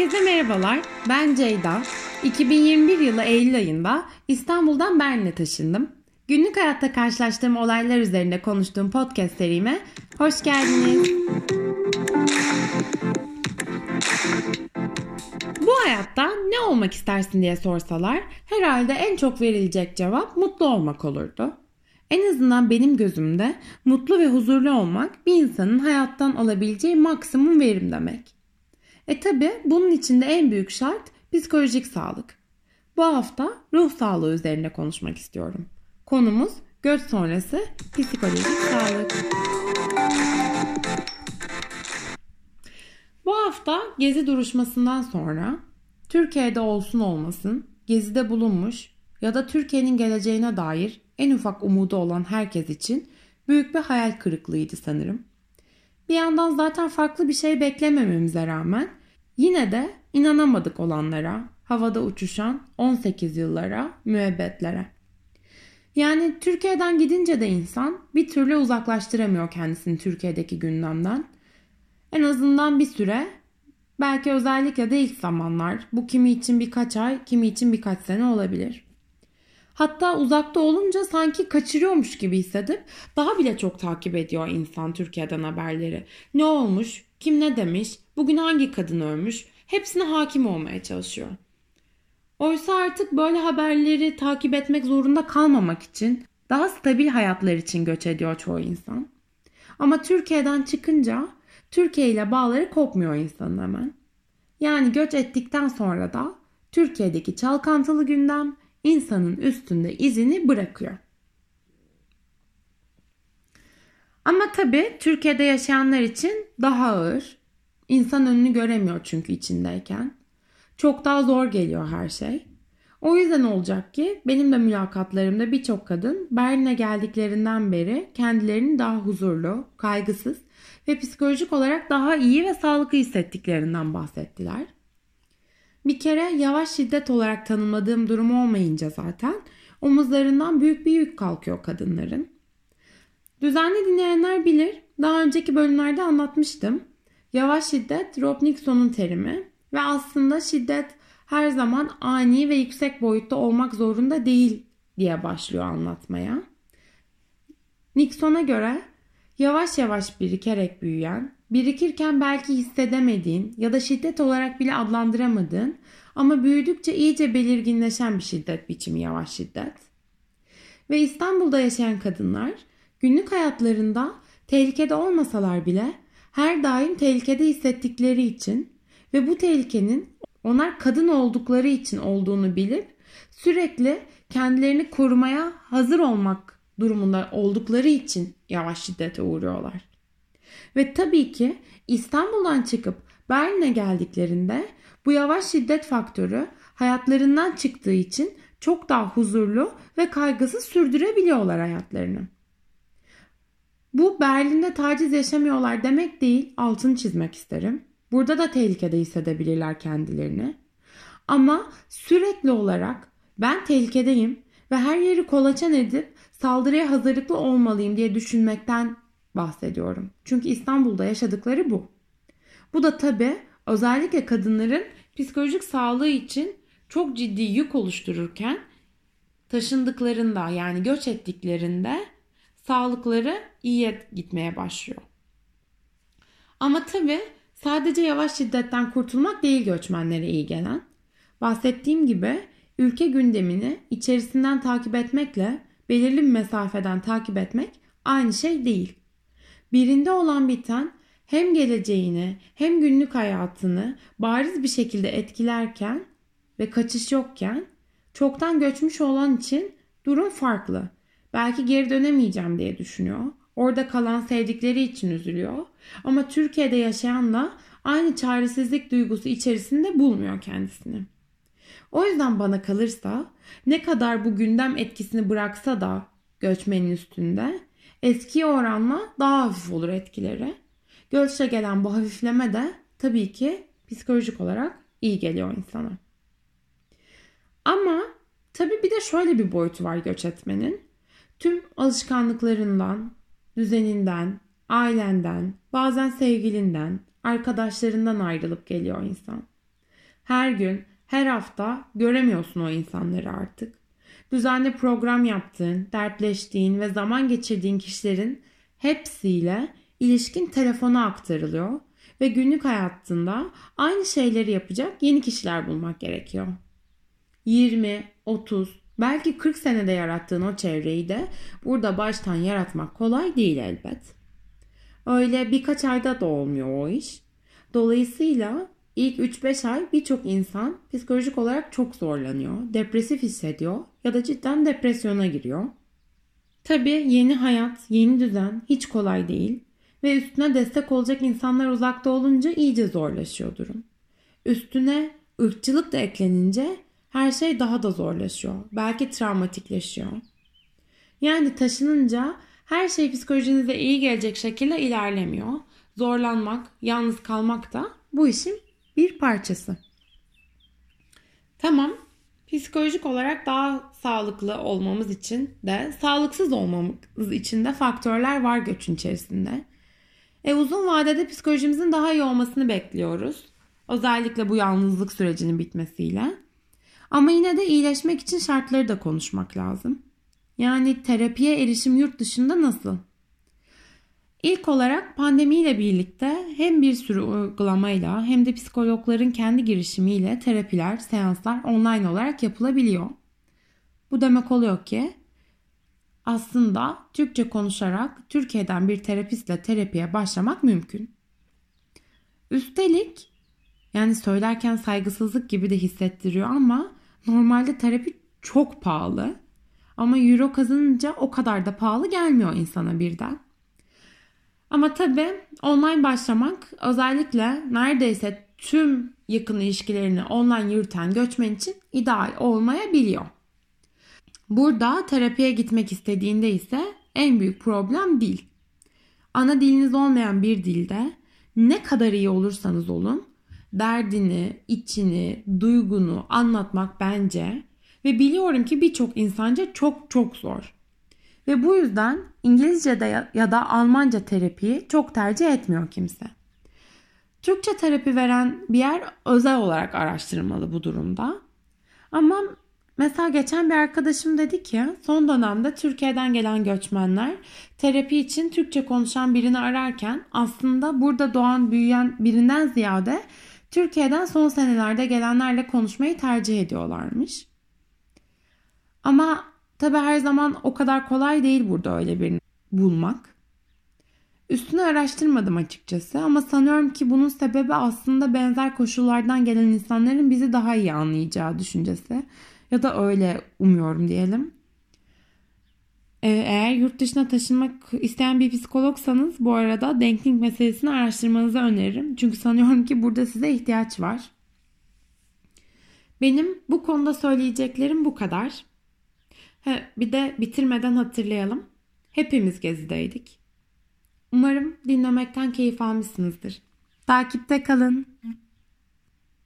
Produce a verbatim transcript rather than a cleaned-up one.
Herkese merhabalar, ben Ceyda. iki bin yirmi bir yılı Eylül ayında İstanbul'dan Berlin'e taşındım. Günlük hayatta karşılaştığım olaylar üzerinde konuştuğum podcast serime hoş geldiniz. Bu hayatta ne olmak istersin diye sorsalar herhalde en çok verilecek cevap mutlu olmak olurdu. En azından benim gözümde mutlu ve huzurlu olmak bir insanın hayattan alabileceği maksimum verim demek. E tabi bunun için de en büyük şart psikolojik sağlık. Bu hafta ruh sağlığı üzerine konuşmak istiyorum. Konumuz göç sonrası psikolojik sağlık. Bu hafta gezi duruşmasından sonra Türkiye'de olsun olmasın gezide bulunmuş ya da Türkiye'nin geleceğine dair en ufak umudu olan herkes için büyük bir hayal kırıklığıydı sanırım. Bir yandan zaten farklı bir şey beklemememize rağmen yine de inanamadık olanlara, havada uçuşan on sekiz yıllara, müebbetlere. Yani Türkiye'den gidince de insan bir türlü uzaklaştıramıyor kendisini Türkiye'deki gündemden. En azından bir süre, belki özellikle de ilk zamanlar, bu kimi için birkaç ay, kimi için birkaç sene olabilir. Hatta uzakta olunca sanki kaçırıyormuş gibi hissedip daha bile çok takip ediyor insan Türkiye'den haberleri. Ne olmuş, kim ne demiş, bugün hangi kadın ölmüş, hepsine hakim olmaya çalışıyor. Oysa artık böyle haberleri takip etmek zorunda kalmamak için, daha stabil hayatlar için göç ediyor çoğu insan. Ama Türkiye'den çıkınca Türkiye ile bağları kopmuyor insanın hemen. Yani göç ettikten sonra da Türkiye'deki çalkantılı gündem insanın üstünde izini bırakıyor. Ama tabii Türkiye'de yaşayanlar için daha ağır. İnsan önünü göremiyor çünkü içindeyken. Çok daha zor geliyor her şey. O yüzden olacak ki benim de mülakatlarımda birçok kadın Berlin'e geldiklerinden beri kendilerini daha huzurlu, kaygısız ve psikolojik olarak daha iyi ve sağlıklı hissettiklerinden bahsettiler. Bir kere yavaş şiddet olarak tanımladığım durum olmayınca zaten omuzlarından büyük bir yük kalkıyor kadınların. Düzenli dinleyenler bilir, daha önceki bölümlerde anlatmıştım. Yavaş şiddet Rob Nixon'un terimi ve aslında şiddet her zaman ani ve yüksek boyutta olmak zorunda değil diye başlıyor anlatmaya. Nixon'a göre yavaş yavaş birikerek büyüyen, birikirken belki hissedemediğin ya da şiddet olarak bile adlandıramadığın ama büyüdükçe iyice belirginleşen bir şiddet biçimi yavaş şiddet. Ve İstanbul'da yaşayan kadınlar günlük hayatlarında tehlikede olmasalar bile her daim tehlikede hissettikleri için ve bu tehlikenin onlar kadın oldukları için olduğunu bilip sürekli kendilerini korumaya hazır olmak durumunda oldukları için yavaş şiddete uğruyorlar. Ve tabii ki İstanbul'dan çıkıp Berlin'e geldiklerinde bu yavaş şiddet faktörü hayatlarından çıktığı için çok daha huzurlu ve kaygısız sürdürebiliyorlar hayatlarını. Bu Berlin'de taciz yaşamıyorlar demek değil, altını çizmek isterim. Burada da tehlikede hissedebilirler kendilerini. Ama sürekli olarak ben tehlikedeyim ve her yeri kolaçan edip saldırıya hazırlıklı olmalıyım diye düşünmekten bahsediyorum. Çünkü İstanbul'da yaşadıkları bu. Bu da tabii özellikle kadınların psikolojik sağlığı için çok ciddi yük oluştururken taşındıklarında yani göç ettiklerinde sağlıkları iyiye gitmeye başlıyor. Ama tabii sadece yavaş şiddetten kurtulmak değil göçmenlere iyi gelen. Bahsettiğim gibi ülke gündemini içerisinden takip etmekle belirli bir mesafeden takip etmek aynı şey değil. Birinde olan biten hem geleceğini hem günlük hayatını bariz bir şekilde etkilerken ve kaçış yokken çoktan göçmüş olan için durum farklı. Belki geri dönemeyeceğim diye düşünüyor. Orada kalan sevdikleri için üzülüyor. Ama Türkiye'de yaşayanla aynı çaresizlik duygusu içerisinde bulmuyor kendisini. O yüzden bana kalırsa ne kadar bu gündem etkisini bıraksa da göçmenin üstünde eskiye oranla daha hafif olur etkileri. Göçle gelen bu hafifleme de tabii ki psikolojik olarak iyi geliyor insana. Ama tabii bir de şöyle bir boyutu var göç etmenin. Tüm alışkanlıklarından, düzeninden, ailenden, bazen sevgilinden, arkadaşlarından ayrılıp geliyor insan. Her gün, her hafta göremiyorsun o insanları artık. Düzenli program yaptığın, dertleştiğin ve zaman geçirdiğin kişilerin hepsiyle ilişkin telefona aktarılıyor ve günlük hayatında aynı şeyleri yapacak yeni kişiler bulmak gerekiyor. yirmi, otuz, belki kırk senede yarattığın o çevreyi de burada baştan yaratmak kolay değil elbet. Öyle birkaç ayda da olmuyor o iş. Dolayısıyla ilk üç beş ay birçok insan psikolojik olarak çok zorlanıyor, depresif hissediyor ya da cidden depresyona giriyor. Tabii yeni hayat, yeni düzen hiç kolay değil ve üstüne destek olacak insanlar uzakta olunca iyice zorlaşıyor durum. Üstüne ırkçılık da eklenince her şey daha da zorlaşıyor. Belki travmatikleşiyor. Yani taşınınca her şey psikolojinize iyi gelecek şekilde ilerlemiyor. Zorlanmak, yalnız kalmak da bu işin bir parçası. Tamam, psikolojik olarak daha sağlıklı olmamız için de, sağlıksız olmamız için de faktörler var göçün içerisinde. E, uzun vadede psikolojimizin daha iyi olmasını bekliyoruz. Özellikle bu yalnızlık sürecinin bitmesiyle. Ama yine de iyileşmek için şartları da konuşmak lazım. Yani terapiye erişim yurt dışında nasıl? İlk olarak pandemiyle birlikte hem bir sürü uygulamayla hem de psikologların kendi girişimiyle terapiler, seanslar online olarak yapılabiliyor. Bu demek oluyor ki aslında Türkçe konuşarak Türkiye'den bir terapistle terapiye başlamak mümkün. Üstelik yani söylerken saygısızlık gibi de hissettiriyor ama normalde terapi çok pahalı. Ama euro kazanınca o kadar da pahalı gelmiyor insana birden. Ama tabii online başlamak özellikle neredeyse tüm yakın ilişkilerini online yürüten göçmen için ideal olmayabiliyor. Burada terapiye gitmek istediğinde ise en büyük problem dil. Ana diliniz olmayan bir dilde ne kadar iyi olursanız olun derdini, içini, duygunu anlatmak bence ve biliyorum ki birçok insanca çok çok zor. Ve bu yüzden İngilizce'de ya da Almanca terapiyi çok tercih etmiyor kimse. Türkçe terapi veren bir yer özel olarak araştırılmalı bu durumda. Ama mesela geçen bir arkadaşım dedi ki son dönemde Türkiye'den gelen göçmenler terapi için Türkçe konuşan birini ararken aslında burada doğan büyüyen birinden ziyade Türkiye'den son senelerde gelenlerle konuşmayı tercih ediyorlarmış. Ama tabii her zaman o kadar kolay değil burada öyle birini bulmak. Üstüne araştırmadım açıkçası ama sanıyorum ki bunun sebebi aslında benzer koşullardan gelen insanların bizi daha iyi anlayacağı düşüncesi. Ya da öyle umuyorum diyelim. Eğer yurt dışına taşınmak isteyen bir psikologsanız bu arada denklik meselesini araştırmanızı öneririm. Çünkü sanıyorum ki burada size ihtiyaç var. Benim bu konuda söyleyeceklerim bu kadar. He, bir de bitirmeden hatırlayalım. Hepimiz gezideydik. Umarım dinlemekten keyif almışsınızdır. Takipte kalın.